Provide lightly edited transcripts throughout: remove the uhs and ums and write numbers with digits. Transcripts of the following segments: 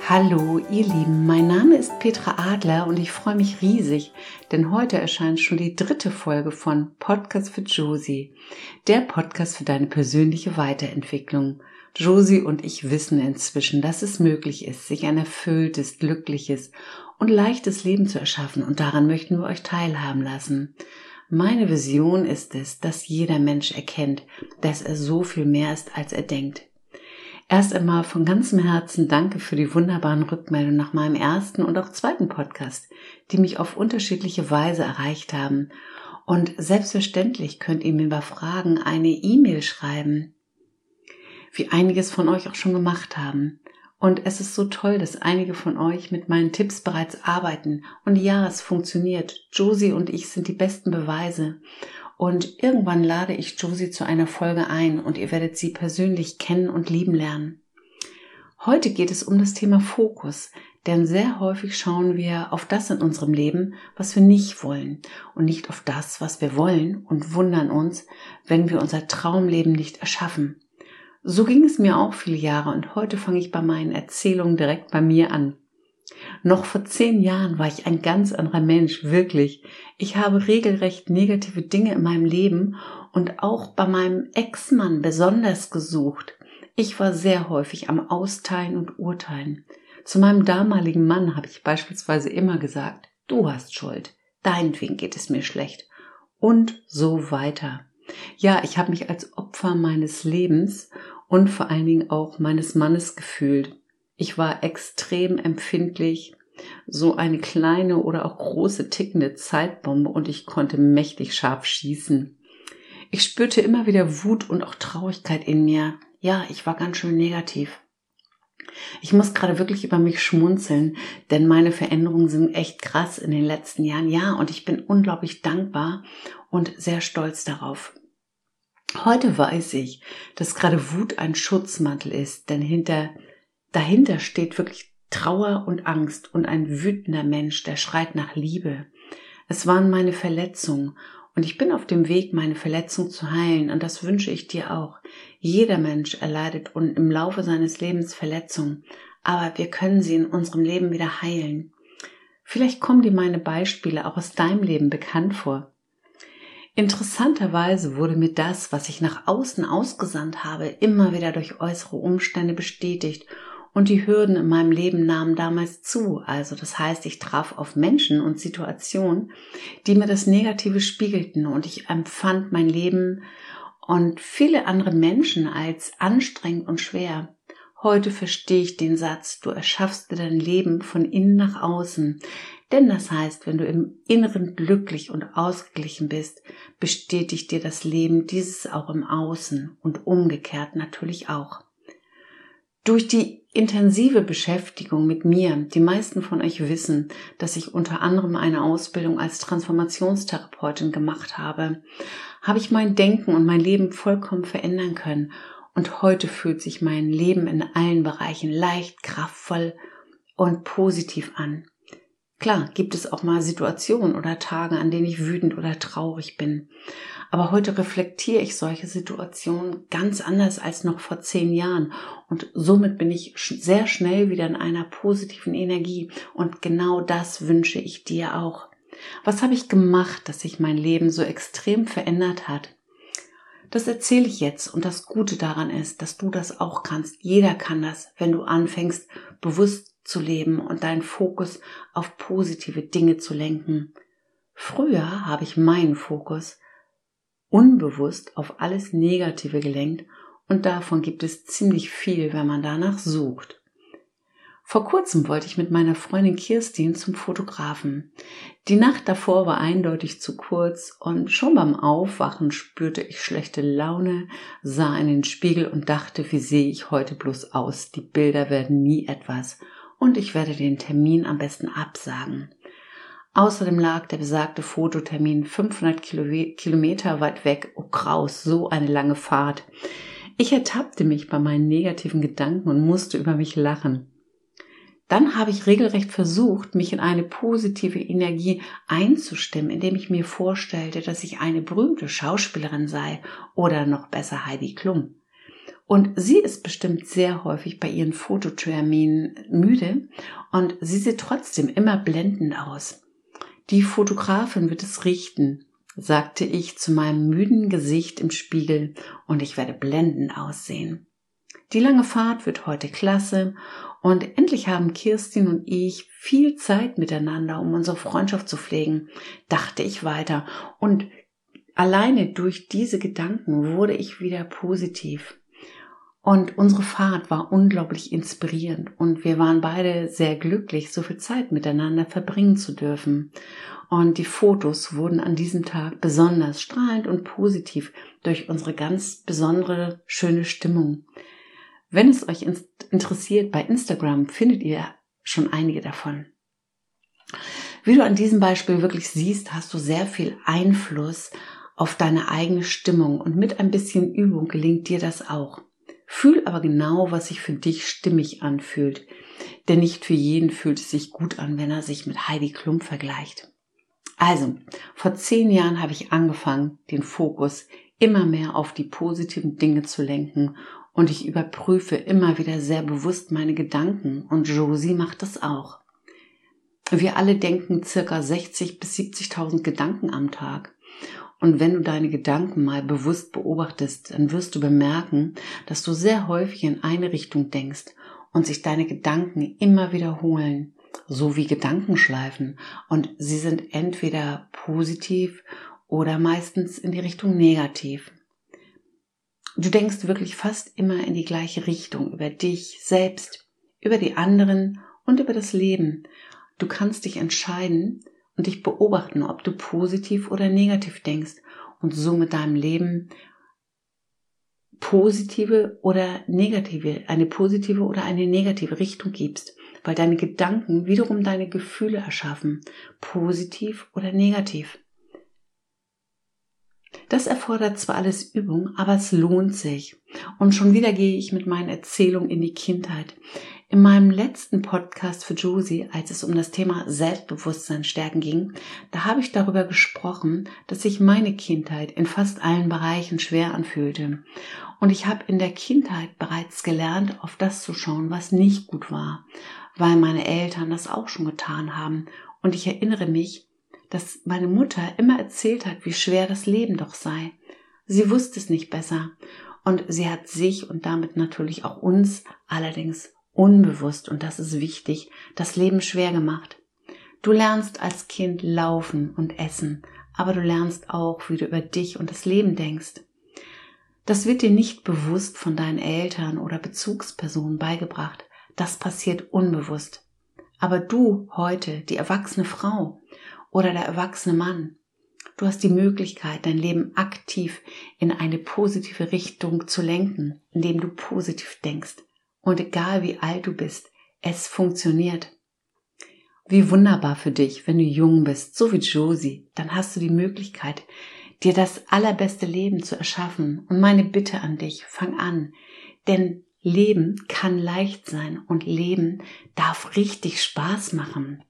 Hallo ihr Lieben, mein Name ist Petra Adler und ich freue mich riesig, denn heute erscheint schon die 3. Folge von Podcast für Josie, der Podcast für deine persönliche Weiterentwicklung. Josie und ich wissen inzwischen, dass es möglich ist, sich ein erfülltes, glückliches und leichtes Leben zu erschaffen, und daran möchten wir euch teilhaben lassen. Meine Vision ist es, dass jeder Mensch erkennt, dass er so viel mehr ist, als er denkt. Erst einmal von ganzem Herzen danke für die wunderbaren Rückmeldungen nach meinem ersten und auch zweiten Podcast, die mich auf unterschiedliche Weise erreicht haben. Und selbstverständlich könnt ihr mir bei Fragen eine E-Mail schreiben, wie einiges von euch auch schon gemacht haben. Und es ist so toll, dass einige von euch mit meinen Tipps bereits arbeiten. Und ja, es funktioniert. Josie und ich sind die besten Beweise. Und irgendwann lade ich Josie zu einer Folge ein und ihr werdet sie persönlich kennen und lieben lernen. Heute geht es um das Thema Fokus, denn sehr häufig schauen wir auf das in unserem Leben, was wir nicht wollen, und nicht auf das, was wir wollen, und wundern uns, wenn wir unser Traumleben nicht erschaffen. So ging es mir auch viele Jahre, und heute fange ich bei meinen Erzählungen direkt bei mir an. Noch vor 10 Jahren war ich ein ganz anderer Mensch, wirklich. Ich habe regelrecht negative Dinge in meinem Leben und auch bei meinem Ex-Mann besonders gesucht. Ich war sehr häufig am Austeilen und Urteilen. Zu meinem damaligen Mann habe ich beispielsweise immer gesagt, du hast Schuld, deinetwegen geht es mir schlecht. Und so weiter. Ja, ich habe mich als Opfer meines Lebens und vor allen Dingen auch meines Mannes gefühlt. Ich war extrem empfindlich, so eine kleine oder auch große tickende Zeitbombe, und ich konnte mächtig scharf schießen. Ich spürte immer wieder Wut und auch Traurigkeit in mir. Ja, ich war ganz schön negativ. Ich muss gerade wirklich über mich schmunzeln, denn meine Veränderungen sind echt krass in den letzten Jahren. Ja, und ich bin unglaublich dankbar und sehr stolz darauf. Heute weiß ich, dass gerade Wut ein Schutzmantel ist, denn dahinter steht wirklich Trauer und Angst und ein wütender Mensch, der schreit nach Liebe. Es waren meine Verletzungen, und ich bin auf dem Weg, meine Verletzung zu heilen, und das wünsche ich dir auch. Jeder Mensch erleidet im Laufe seines Lebens Verletzungen, aber wir können sie in unserem Leben wieder heilen. Vielleicht kommen dir meine Beispiele auch aus deinem Leben bekannt vor. Interessanterweise wurde mir das, was ich nach außen ausgesandt habe, immer wieder durch äußere Umstände bestätigt, und die Hürden in meinem Leben nahmen damals zu. Also das heißt, ich traf auf Menschen und Situationen, die mir das Negative spiegelten, und ich empfand mein Leben und viele andere Menschen als anstrengend und schwer. Heute verstehe ich den Satz, du erschaffst dir dein Leben von innen nach außen. Denn das heißt, wenn du im Inneren glücklich und ausgeglichen bist, bestätigt dir das Leben dieses auch im Außen und umgekehrt natürlich auch. Durch die intensive Beschäftigung mit mir, die meisten von euch wissen, dass ich unter anderem eine Ausbildung als Transformationstherapeutin gemacht habe, habe ich mein Denken und mein Leben vollkommen verändern können. Und heute fühlt sich mein Leben in allen Bereichen leicht, kraftvoll und positiv an. Klar, gibt es auch mal Situationen oder Tage, an denen ich wütend oder traurig bin. Aber heute reflektiere ich solche Situationen ganz anders als noch vor 10 Jahren. Und somit bin ich sehr schnell wieder in einer positiven Energie. Und genau das wünsche ich dir auch. Was habe ich gemacht, dass sich mein Leben so extrem verändert hat? Das erzähle ich jetzt, und das Gute daran ist, dass du das auch kannst. Jeder kann das, wenn du anfängst, bewusst zu leben und deinen Fokus auf positive Dinge zu lenken. Früher habe ich meinen Fokus unbewusst auf alles Negative gelenkt, und davon gibt es ziemlich viel, wenn man danach sucht. Vor kurzem wollte ich mit meiner Freundin Kirstin zum Fotografen. Die Nacht davor war eindeutig zu kurz, und schon beim Aufwachen spürte ich schlechte Laune, sah in den Spiegel und dachte, wie sehe ich heute bloß aus? Die Bilder werden nie etwas, und ich werde den Termin am besten absagen. Außerdem lag der besagte Fototermin 500 Kilometer weit weg. Oh graus, so eine lange Fahrt. Ich ertappte mich bei meinen negativen Gedanken und musste über mich lachen. Dann habe ich regelrecht versucht, mich in eine positive Energie einzustimmen, indem ich mir vorstellte, dass ich eine berühmte Schauspielerin sei oder noch besser Heidi Klum. Und sie ist bestimmt sehr häufig bei ihren Fototerminen müde und sie sieht trotzdem immer blendend aus. Die Fotografin wird es richten, sagte ich zu meinem müden Gesicht im Spiegel, und ich werde blendend aussehen. Die lange Fahrt wird heute klasse und endlich haben Kirstin und ich viel Zeit miteinander, um unsere Freundschaft zu pflegen, dachte ich weiter, und alleine durch diese Gedanken wurde ich wieder positiv. Und unsere Fahrt war unglaublich inspirierend und wir waren beide sehr glücklich, so viel Zeit miteinander verbringen zu dürfen. Und die Fotos wurden an diesem Tag besonders strahlend und positiv durch unsere ganz besondere, schöne Stimmung. Wenn es euch interessiert, bei Instagram findet ihr schon einige davon. Wie du an diesem Beispiel wirklich siehst, hast du sehr viel Einfluss auf deine eigene Stimmung und mit ein bisschen Übung gelingt dir das auch. Fühl aber genau, was sich für dich stimmig anfühlt, denn nicht für jeden fühlt es sich gut an, wenn er sich mit Heidi Klum vergleicht. Also, vor 10 Jahren habe ich angefangen, den Fokus immer mehr auf die positiven Dinge zu lenken und ich überprüfe immer wieder sehr bewusst meine Gedanken und Josie macht das auch. Wir alle denken circa 60.000 bis 70.000 Gedanken am Tag. Und wenn du deine Gedanken mal bewusst beobachtest, dann wirst du bemerken, dass du sehr häufig in eine Richtung denkst und sich deine Gedanken immer wiederholen, so wie Gedankenschleifen. Und sie sind entweder positiv oder meistens in die Richtung negativ. Du denkst wirklich fast immer in die gleiche Richtung, über dich selbst, über die anderen und über das Leben. Du kannst dich entscheiden und dich beobachten, ob du positiv oder negativ denkst und so mit deinem Leben eine positive oder eine negative Richtung gibst, weil deine Gedanken wiederum deine Gefühle erschaffen, positiv oder negativ. Das erfordert zwar alles Übung, aber es lohnt sich. Und schon wieder gehe ich mit meinen Erzählungen in die Kindheit. In meinem letzten Podcast für Josie, als es um das Thema Selbstbewusstsein stärken ging, da habe ich darüber gesprochen, dass sich meine Kindheit in fast allen Bereichen schwer anfühlte. Und ich habe in der Kindheit bereits gelernt, auf das zu schauen, was nicht gut war, weil meine Eltern das auch schon getan haben. Und ich erinnere mich, dass meine Mutter immer erzählt hat, wie schwer das Leben doch sei. Sie wusste es nicht besser und sie hat sich und damit natürlich auch uns allerdings unbewusst, und das ist wichtig, das Leben schwer gemacht. Du lernst als Kind laufen und essen, aber du lernst auch, wie du über dich und das Leben denkst. Das wird dir nicht bewusst von deinen Eltern oder Bezugspersonen beigebracht. Das passiert unbewusst. Aber du heute, die erwachsene Frau oder der erwachsene Mann, du hast die Möglichkeit, dein Leben aktiv in eine positive Richtung zu lenken, indem du positiv denkst. Und egal wie alt du bist, es funktioniert. Wie wunderbar für dich, wenn du jung bist, so wie Josie, dann hast du die Möglichkeit, dir das allerbeste Leben zu erschaffen. Und meine Bitte an dich, fang an, denn Leben kann leicht sein und Leben darf richtig Spaß machen.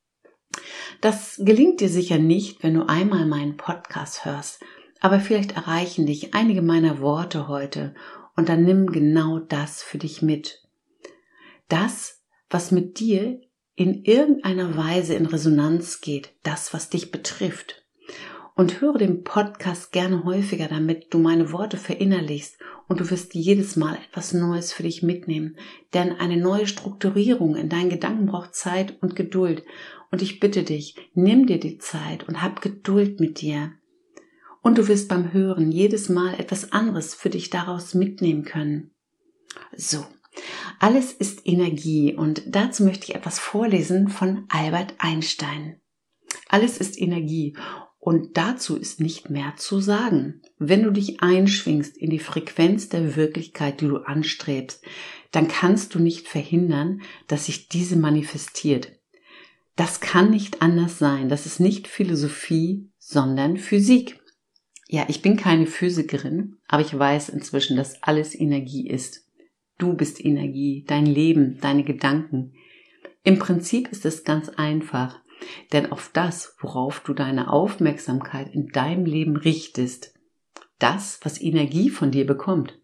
Das gelingt dir sicher nicht, wenn du einmal meinen Podcast hörst, aber vielleicht erreichen dich einige meiner Worte heute und dann nimm genau das für dich mit. Das, was mit dir in irgendeiner Weise in Resonanz geht, das, was dich betrifft. Und höre den Podcast gerne häufiger, damit du meine Worte verinnerlichst und du wirst jedes Mal etwas Neues für dich mitnehmen. Denn eine neue Strukturierung in deinen Gedanken braucht Zeit und Geduld. Und ich bitte dich, nimm dir die Zeit und hab Geduld mit dir. Und du wirst beim Hören jedes Mal etwas anderes für dich daraus mitnehmen können. So, alles ist Energie und dazu möchte ich etwas vorlesen von Albert Einstein. Alles ist Energie. Und dazu ist nicht mehr zu sagen. Wenn du dich einschwingst in die Frequenz der Wirklichkeit, die du anstrebst, dann kannst du nicht verhindern, dass sich diese manifestiert. Das kann nicht anders sein. Das ist nicht Philosophie, sondern Physik. Ja, ich bin keine Physikerin, aber ich weiß inzwischen, dass alles Energie ist. Du bist Energie, dein Leben, deine Gedanken. Im Prinzip ist es ganz einfach. Denn auf das, worauf du deine Aufmerksamkeit in deinem Leben richtest, das, was Energie von dir bekommt,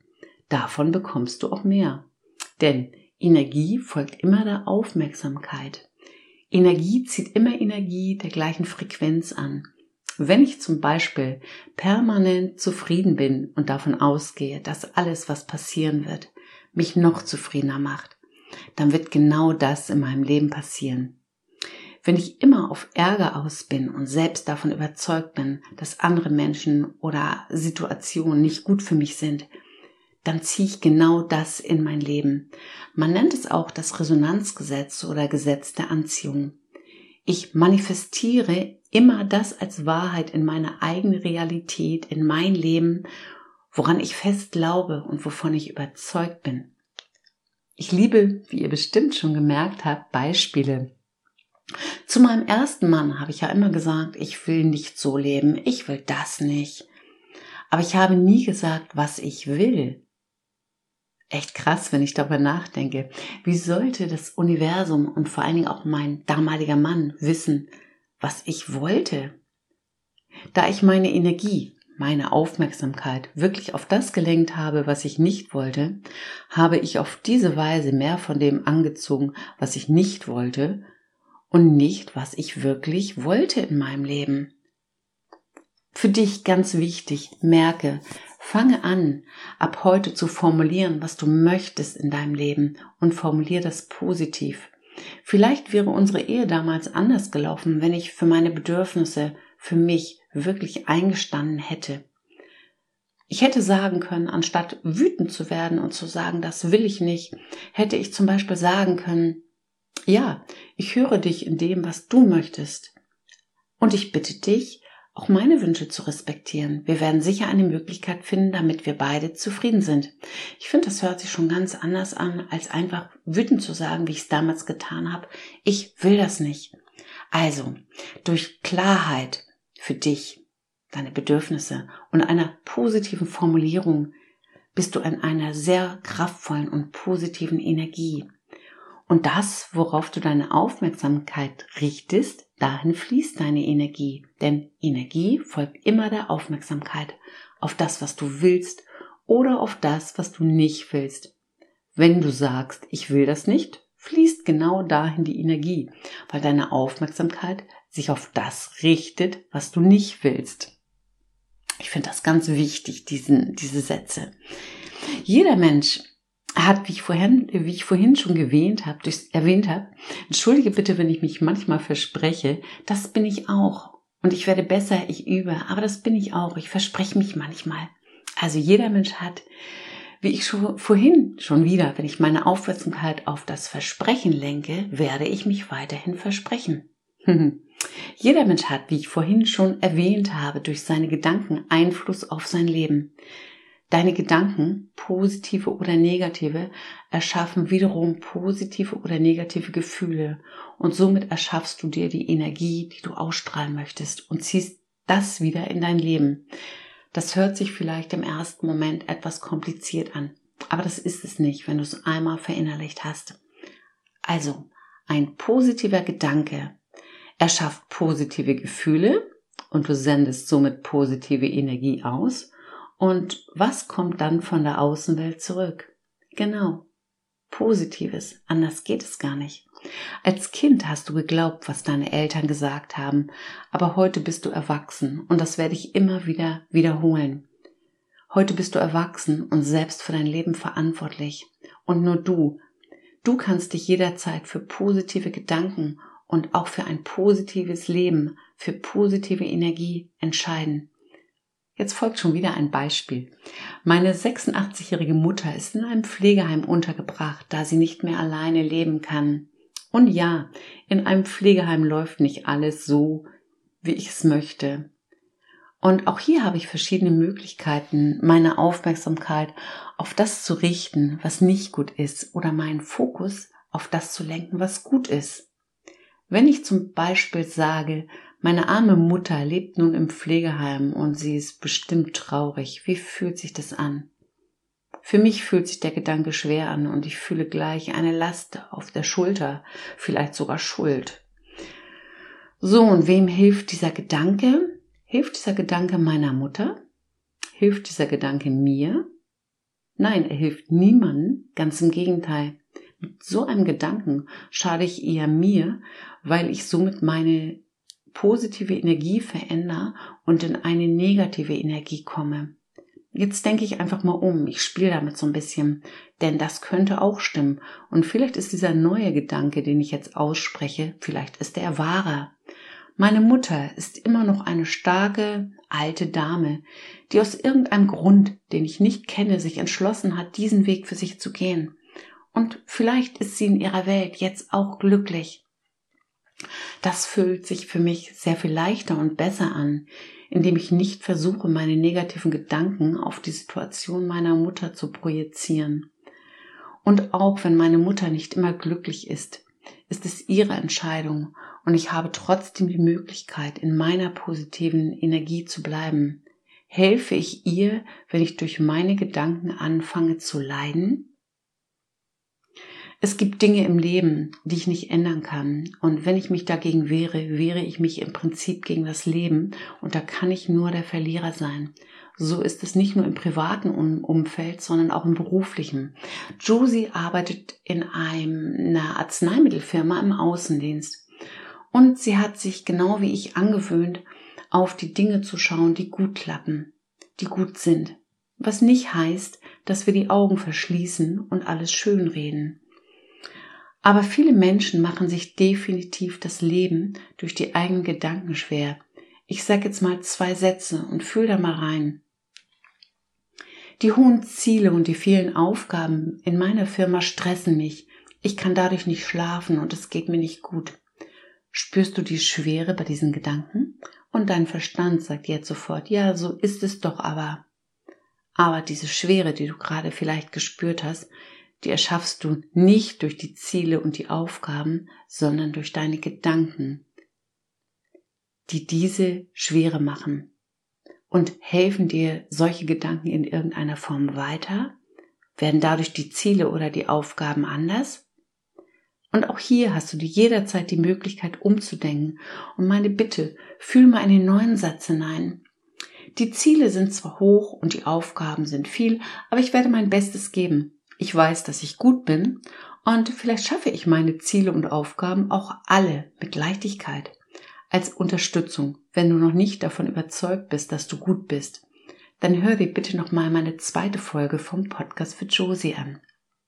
davon bekommst du auch mehr. Denn Energie folgt immer der Aufmerksamkeit. Energie zieht immer Energie der gleichen Frequenz an. Wenn ich zum Beispiel permanent zufrieden bin und davon ausgehe, dass alles, was passieren wird, mich noch zufriedener macht, dann wird genau das in meinem Leben passieren. Wenn ich immer auf Ärger aus bin und selbst davon überzeugt bin, dass andere Menschen oder Situationen nicht gut für mich sind, dann ziehe ich genau das in mein Leben. Man nennt es auch das Resonanzgesetz oder Gesetz der Anziehung. Ich manifestiere immer das als Wahrheit in meine eigene Realität, in mein Leben, woran ich fest glaube und wovon ich überzeugt bin. Ich liebe, wie ihr bestimmt schon gemerkt habt, Beispiele. Zu meinem ersten Mann habe ich ja immer gesagt, ich will nicht so leben, ich will das nicht. Aber ich habe nie gesagt, was ich will. Echt krass, wenn ich darüber nachdenke. Wie sollte das Universum und vor allen Dingen auch mein damaliger Mann wissen, was ich wollte? Da ich meine Energie, meine Aufmerksamkeit wirklich auf das gelenkt habe, was ich nicht wollte, habe ich auf diese Weise mehr von dem angezogen, was ich nicht wollte und nicht, was ich wirklich wollte in meinem Leben. Für dich ganz wichtig, merke, fange an, ab heute zu formulieren, was du möchtest in deinem Leben und formuliere das positiv. Vielleicht wäre unsere Ehe damals anders gelaufen, wenn ich für meine Bedürfnisse, für mich wirklich eingestanden hätte. Ich hätte sagen können, anstatt wütend zu werden und zu sagen, das will ich nicht, hätte ich zum Beispiel sagen können, ja, ich höre dich in dem, was du möchtest. Und ich bitte dich, auch meine Wünsche zu respektieren. Wir werden sicher eine Möglichkeit finden, damit wir beide zufrieden sind. Ich finde, das hört sich schon ganz anders an, als einfach wütend zu sagen, wie ich es damals getan habe. Ich will das nicht. Also, durch Klarheit für dich, deine Bedürfnisse und einer positiven Formulierung bist du in einer sehr kraftvollen und positiven Energie. Und das, worauf du deine Aufmerksamkeit richtest, dahin fließt deine Energie. Denn Energie folgt immer der Aufmerksamkeit auf das, was du willst oder auf das, was du nicht willst. Wenn du sagst, ich will das nicht, fließt genau dahin die Energie, weil deine Aufmerksamkeit sich auf das richtet, was du nicht willst. Ich finde das ganz wichtig, diese Sätze. Jeder Mensch hat, wie ich vorhin schon erwähnt habe, entschuldige bitte, wenn ich mich manchmal verspreche, das bin ich auch. Und ich werde besser, ich übe, aber das bin ich auch. Ich verspreche mich manchmal. Also jeder Mensch hat, wie ich vorhin schon wieder, wenn ich meine Aufmerksamkeit auf das Versprechen lenke, werde ich mich weiterhin versprechen. Jeder Mensch hat, wie ich vorhin schon erwähnt habe, durch seine Gedanken Einfluss auf sein Leben. Deine Gedanken, positive oder negative, erschaffen wiederum positive oder negative Gefühle und somit erschaffst du dir die Energie, die du ausstrahlen möchtest und ziehst das wieder in dein Leben. Das hört sich vielleicht im ersten Moment etwas kompliziert an, aber das ist es nicht, wenn du es einmal verinnerlicht hast. Also, ein positiver Gedanke erschafft positive Gefühle und du sendest somit positive Energie aus. Und was kommt dann von der Außenwelt zurück? Genau, Positives, anders geht es gar nicht. Als Kind hast du geglaubt, was deine Eltern gesagt haben, aber heute bist du erwachsen und das werde ich immer wieder wiederholen. Heute bist du erwachsen und selbst für dein Leben verantwortlich und nur du kannst dich jederzeit für positive Gedanken und auch für ein positives Leben, für positive Energie entscheiden. Jetzt folgt schon wieder ein Beispiel. Meine 86-jährige Mutter ist in einem Pflegeheim untergebracht, da sie nicht mehr alleine leben kann. Und ja, in einem Pflegeheim läuft nicht alles so, wie ich es möchte. Und auch hier habe ich verschiedene Möglichkeiten, meine Aufmerksamkeit auf das zu richten, was nicht gut ist, oder meinen Fokus auf das zu lenken, was gut ist. Wenn ich zum Beispiel sage, meine arme Mutter lebt nun im Pflegeheim und sie ist bestimmt traurig. Wie fühlt sich das an? Für mich fühlt sich der Gedanke schwer an und ich fühle gleich eine Last auf der Schulter, vielleicht sogar Schuld. So, und wem hilft dieser Gedanke? Hilft dieser Gedanke meiner Mutter? Hilft dieser Gedanke mir? Nein, er hilft niemandem, ganz im Gegenteil. Mit so einem Gedanken schade ich eher mir, weil ich somit meine positive Energie verändere und in eine negative Energie komme. Jetzt denke ich einfach mal um, ich spiele damit so ein bisschen, denn das könnte auch stimmen. Und vielleicht ist dieser neue Gedanke, den ich jetzt ausspreche, vielleicht ist er wahrer. Meine Mutter ist immer noch eine starke, alte Dame, die aus irgendeinem Grund, den ich nicht kenne, sich entschlossen hat, diesen Weg für sich zu gehen. Und vielleicht ist sie in ihrer Welt jetzt auch glücklich. Das fühlt sich für mich sehr viel leichter und besser an, indem ich nicht versuche, meine negativen Gedanken auf die Situation meiner Mutter zu projizieren. Und auch wenn meine Mutter nicht immer glücklich ist, ist es ihre Entscheidung und ich habe trotzdem die Möglichkeit, in meiner positiven Energie zu bleiben. Helfe ich ihr, wenn ich durch meine Gedanken anfange zu leiden? Es gibt Dinge im Leben, die ich nicht ändern kann. Und wenn ich mich dagegen wehre ich mich im Prinzip gegen das Leben. Und da kann ich nur der Verlierer sein. So ist es nicht nur im privaten Umfeld, sondern auch im beruflichen. Josie arbeitet in einer Arzneimittelfirma im Außendienst. Und sie hat sich genau wie ich angewöhnt, auf die Dinge zu schauen, die gut klappen, die gut sind. Was nicht heißt, dass wir die Augen verschließen und alles schönreden. Aber viele Menschen machen sich definitiv das Leben durch die eigenen Gedanken schwer. Ich sage jetzt mal 2 Sätze und fühl da mal rein. Die hohen Ziele und die vielen Aufgaben in meiner Firma stressen mich. Ich kann dadurch nicht schlafen und es geht mir nicht gut. Spürst du die Schwere bei diesen Gedanken? Und dein Verstand sagt jetzt sofort, ja, so ist es doch aber. Aber diese Schwere, die du gerade vielleicht gespürt hast, die erschaffst du nicht durch die Ziele und die Aufgaben, sondern durch deine Gedanken, die diese Schwere machen. Und helfen dir solche Gedanken in irgendeiner Form weiter? Werden dadurch die Ziele oder die Aufgaben anders? Und auch hier hast du dir jederzeit die Möglichkeit umzudenken. Und meine Bitte, fühl mal in den neuen Satz hinein. Die Ziele sind zwar hoch und die Aufgaben sind viel, aber ich werde mein Bestes geben. Ich weiß, dass ich gut bin und vielleicht schaffe ich meine Ziele und Aufgaben auch alle mit Leichtigkeit. Als Unterstützung, wenn du noch nicht davon überzeugt bist, dass du gut bist, dann hör dir bitte nochmal meine 2. Folge vom Podcast für Josie an.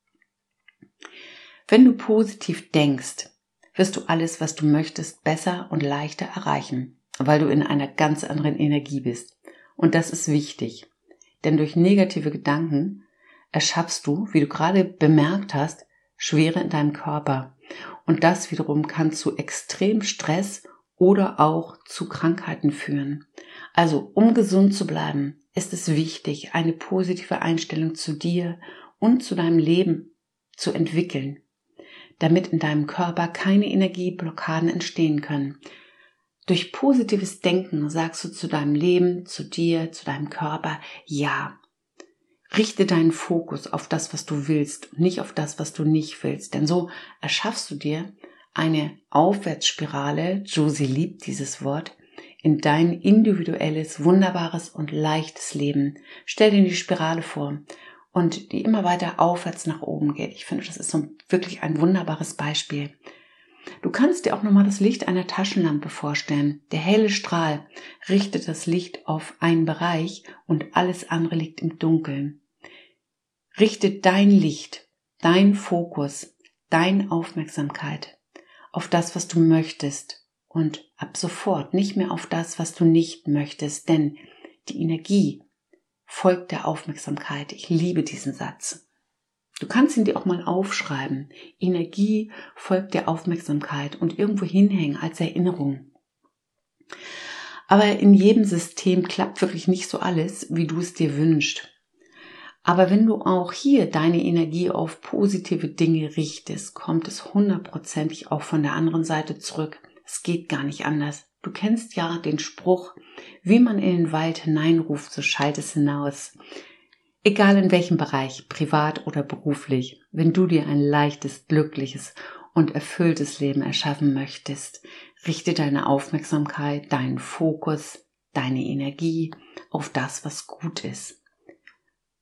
Wenn du positiv denkst, wirst du alles, was du möchtest, besser und leichter erreichen, weil du in einer ganz anderen Energie bist. Und das ist wichtig, denn durch negative Gedanken erschaffst du, wie du gerade bemerkt hast, Schwere in deinem Körper. Und das wiederum kann zu extrem Stress oder auch zu Krankheiten führen. Also, um gesund zu bleiben, ist es wichtig, eine positive Einstellung zu dir und zu deinem Leben zu entwickeln, damit in deinem Körper keine Energieblockaden entstehen können. Durch positives Denken sagst du zu deinem Leben, zu dir, zu deinem Körper, ja. Richte deinen Fokus auf das, was du willst und nicht auf das, was du nicht willst. Denn so erschaffst du dir eine Aufwärtsspirale, Josie liebt dieses Wort, in dein individuelles, wunderbares und leichtes Leben. Stell dir die Spirale vor und die immer weiter aufwärts nach oben geht. Ich finde, das ist so wirklich ein wunderbares Beispiel. Du kannst dir auch nochmal das Licht einer Taschenlampe vorstellen. Der helle Strahl richtet das Licht auf einen Bereich und alles andere liegt im Dunkeln. Richte dein Licht, dein Fokus, deine Aufmerksamkeit auf das, was du möchtest und ab sofort nicht mehr auf das, was du nicht möchtest, denn die Energie folgt der Aufmerksamkeit. Ich liebe diesen Satz. Du kannst ihn dir auch mal aufschreiben. Energie folgt der Aufmerksamkeit und irgendwo hinhängen als Erinnerung. Aber in jedem System klappt wirklich nicht so alles, wie du es dir wünschst. Aber wenn du auch hier deine Energie auf positive Dinge richtest, kommt es 100%ig auch von der anderen Seite zurück. Es geht gar nicht anders. Du kennst ja den Spruch, wie man in den Wald hineinruft, so schallt es hinaus. Egal in welchem Bereich, privat oder beruflich, wenn du dir ein leichtes, glückliches und erfülltes Leben erschaffen möchtest, richte deine Aufmerksamkeit, deinen Fokus, deine Energie auf das, was gut ist.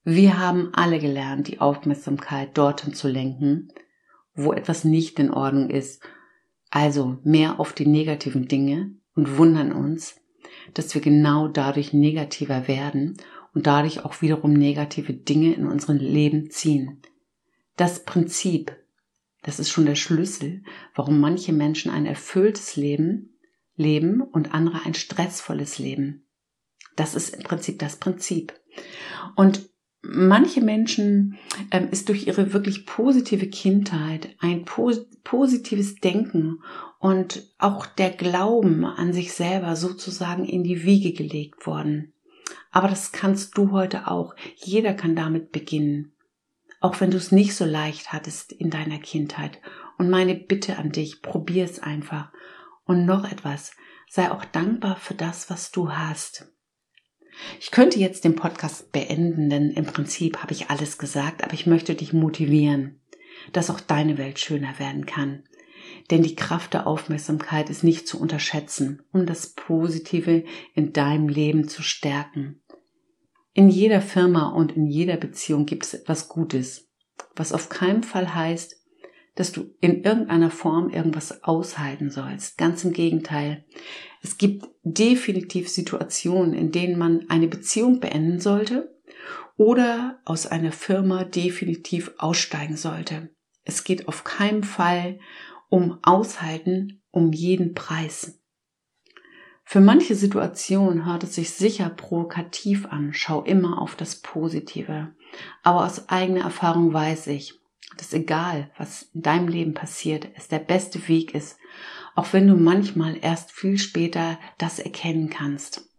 Wir haben alle gelernt, die Aufmerksamkeit dorthin zu lenken, wo etwas nicht in Ordnung ist, also mehr auf die negativen Dinge, und wundern uns, dass wir genau dadurch negativer werden und dadurch auch wiederum negative Dinge in unserem Leben ziehen. Das Prinzip, das ist schon der Schlüssel, warum manche Menschen ein erfülltes Leben leben und andere ein stressvolles Leben. Das ist im Prinzip das Prinzip. Und manche Menschen ist durch ihre wirklich positive Kindheit ein positives Denken und auch der Glauben an sich selber sozusagen in die Wiege gelegt worden. Aber das kannst du heute auch. Jeder kann damit beginnen. Auch wenn du es nicht so leicht hattest in deiner Kindheit. Und meine Bitte an dich, probier es einfach. Und noch etwas, sei auch dankbar für das, was du hast. Ich könnte jetzt den Podcast beenden, denn im Prinzip habe ich alles gesagt, aber ich möchte dich motivieren, dass auch deine Welt schöner werden kann. Denn die Kraft der Aufmerksamkeit ist nicht zu unterschätzen, um das Positive in deinem Leben zu stärken. In jeder Firma und in jeder Beziehung gibt es etwas Gutes, was auf keinen Fall heißt, dass du in irgendeiner Form irgendwas aushalten sollst. Ganz im Gegenteil. Es gibt definitiv Situationen, in denen man eine Beziehung beenden sollte oder aus einer Firma definitiv aussteigen sollte. Es geht auf keinen Fall um Aushalten um jeden Preis. Für manche Situationen hört es sich sicher provokativ an. Schau immer auf das Positive. Aber aus eigener Erfahrung weiß ich, dass egal, was in deinem Leben passiert, es der beste Weg ist, auch wenn du manchmal erst viel später das erkennen kannst.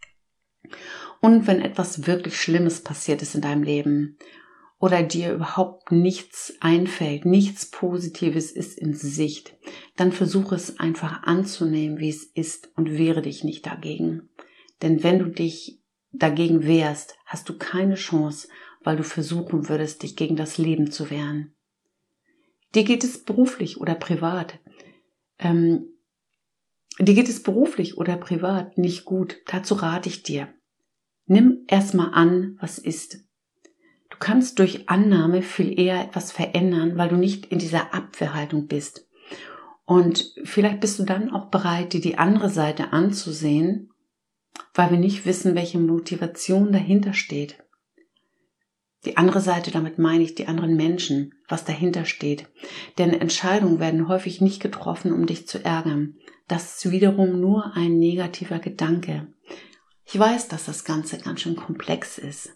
Und wenn etwas wirklich Schlimmes passiert ist in deinem Leben oder dir überhaupt nichts einfällt, nichts Positives ist in Sicht, dann versuche es einfach anzunehmen, wie es ist und wehre dich nicht dagegen. Denn wenn du dich dagegen wehrst, hast du keine Chance, weil du versuchen würdest, dich gegen das Leben zu wehren. Dir geht es beruflich oder privat. Dir geht es beruflich oder privat nicht gut. Dazu rate ich dir. Nimm erstmal an, was ist. Du kannst durch Annahme viel eher etwas verändern, weil du nicht in dieser Abwehrhaltung bist. Und vielleicht bist du dann auch bereit, dir die andere Seite anzusehen, weil wir nicht wissen, welche Motivation dahinter steht. Die andere Seite, damit meine ich die anderen Menschen, was dahinter steht. Denn Entscheidungen werden häufig nicht getroffen, um dich zu ärgern. Das ist wiederum nur ein negativer Gedanke. Ich weiß, dass das Ganze ganz schön komplex ist.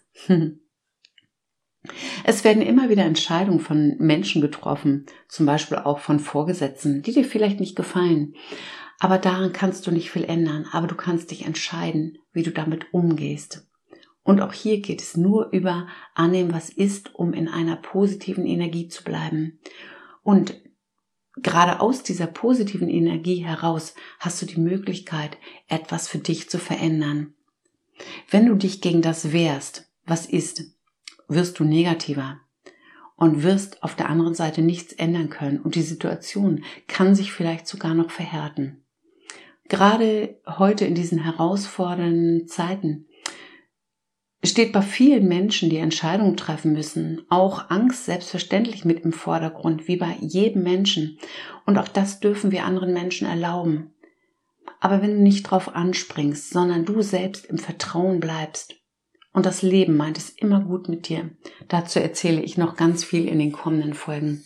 Es werden immer wieder Entscheidungen von Menschen getroffen, zum Beispiel auch von Vorgesetzten, die dir vielleicht nicht gefallen. Aber daran kannst du nicht viel ändern, aber du kannst dich entscheiden, wie du damit umgehst. Und auch hier geht es nur über annehmen, was ist, um in einer positiven Energie zu bleiben. Und gerade aus dieser positiven Energie heraus hast du die Möglichkeit, etwas für dich zu verändern. Wenn du dich gegen das wehrst, was ist, wirst du negativer und wirst auf der anderen Seite nichts ändern können. Und die Situation kann sich vielleicht sogar noch verhärten. Gerade heute in diesen herausfordernden Zeiten steht bei vielen Menschen, die Entscheidungen treffen müssen, auch Angst selbstverständlich mit im Vordergrund, wie bei jedem Menschen. Und auch das dürfen wir anderen Menschen erlauben. Aber wenn du nicht drauf anspringst, sondern du selbst im Vertrauen bleibst, und das Leben meint es immer gut mit dir, dazu erzähle ich noch ganz viel in den kommenden Folgen.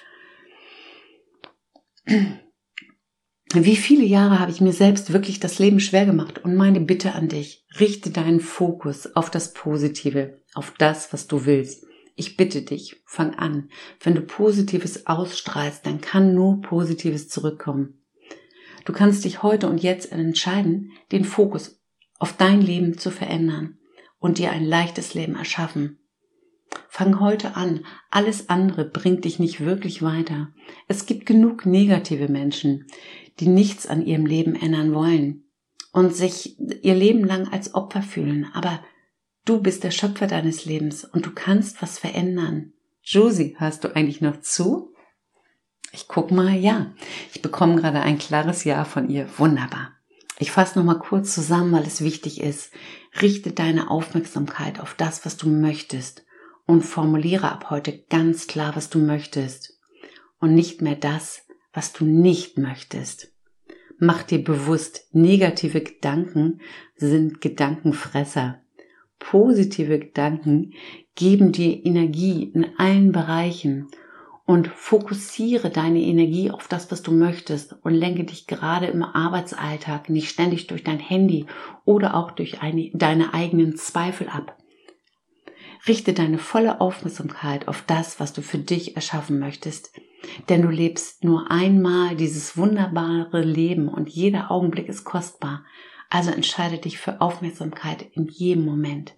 Wie viele Jahre habe ich mir selbst wirklich das Leben schwer gemacht, und meine Bitte an dich, richte deinen Fokus auf das Positive, auf das, was du willst. Ich bitte dich, fang an. Wenn du Positives ausstrahlst, dann kann nur Positives zurückkommen. Du kannst dich heute und jetzt entscheiden, den Fokus auf dein Leben zu verändern und dir ein leichtes Leben erschaffen. Fang heute an. Alles andere bringt dich nicht wirklich weiter. Es gibt genug negative Menschen, die nichts an ihrem Leben ändern wollen und sich ihr Leben lang als Opfer fühlen. Aber du bist der Schöpfer deines Lebens und du kannst was verändern. Josie, hörst du eigentlich noch zu? Ich guck mal, ja. Ich bekomme gerade ein klares Ja von ihr. Wunderbar. Ich fasse nochmal kurz zusammen, weil es wichtig ist. Richte deine Aufmerksamkeit auf das, was du möchtest und formuliere ab heute ganz klar, was du möchtest und nicht mehr das, was du nicht möchtest. Mach dir bewusst, negative Gedanken sind Gedankenfresser. Positive Gedanken geben dir Energie in allen Bereichen und fokussiere deine Energie auf das, was du möchtest und lenke dich gerade im Arbeitsalltag nicht ständig durch dein Handy oder auch durch deine eigenen Zweifel ab. Richte deine volle Aufmerksamkeit auf das, was du für dich erschaffen möchtest, denn du lebst nur einmal dieses wunderbare Leben und jeder Augenblick ist kostbar. Also entscheide dich für Aufmerksamkeit in jedem Moment.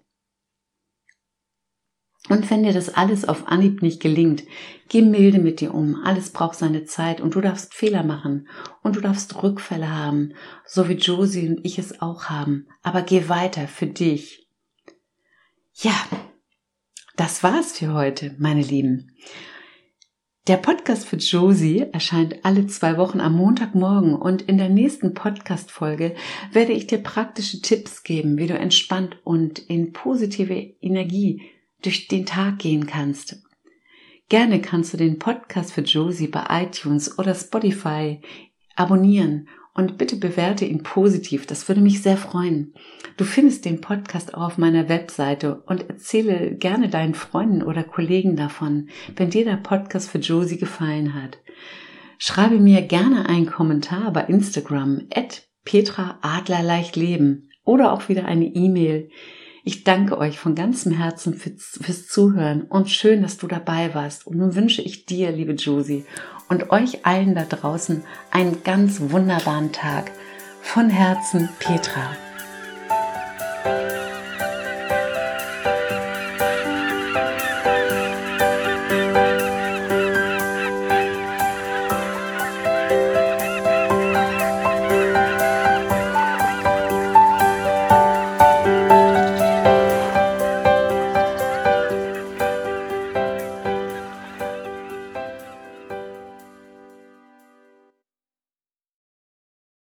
Und wenn dir das alles auf Anhieb nicht gelingt, geh milde mit dir um. Alles braucht seine Zeit und du darfst Fehler machen und du darfst Rückfälle haben, so wie Josie und ich es auch haben. Aber geh weiter für dich. Ja, das war's für heute, meine Lieben. Der Podcast für Josie erscheint alle 2 Wochen am Montagmorgen und in der nächsten Podcast-Folge werde ich dir praktische Tipps geben, wie du entspannt und in positive Energie durch den Tag gehen kannst. Gerne kannst du den Podcast für Josie bei iTunes oder Spotify abonnieren und bitte bewerte ihn positiv, das würde mich sehr freuen. Du findest den Podcast auch auf meiner Webseite und erzähle gerne deinen Freunden oder Kollegen davon, wenn dir der Podcast für Josie gefallen hat. Schreibe mir gerne einen Kommentar bei Instagram @petraadlerleichtleben oder auch wieder eine E-Mail. Ich danke euch von ganzem Herzen fürs Zuhören und schön, dass du dabei warst. Und nun wünsche ich dir, liebe Josie, und euch allen da draußen einen ganz wunderbaren Tag. Von Herzen, Petra.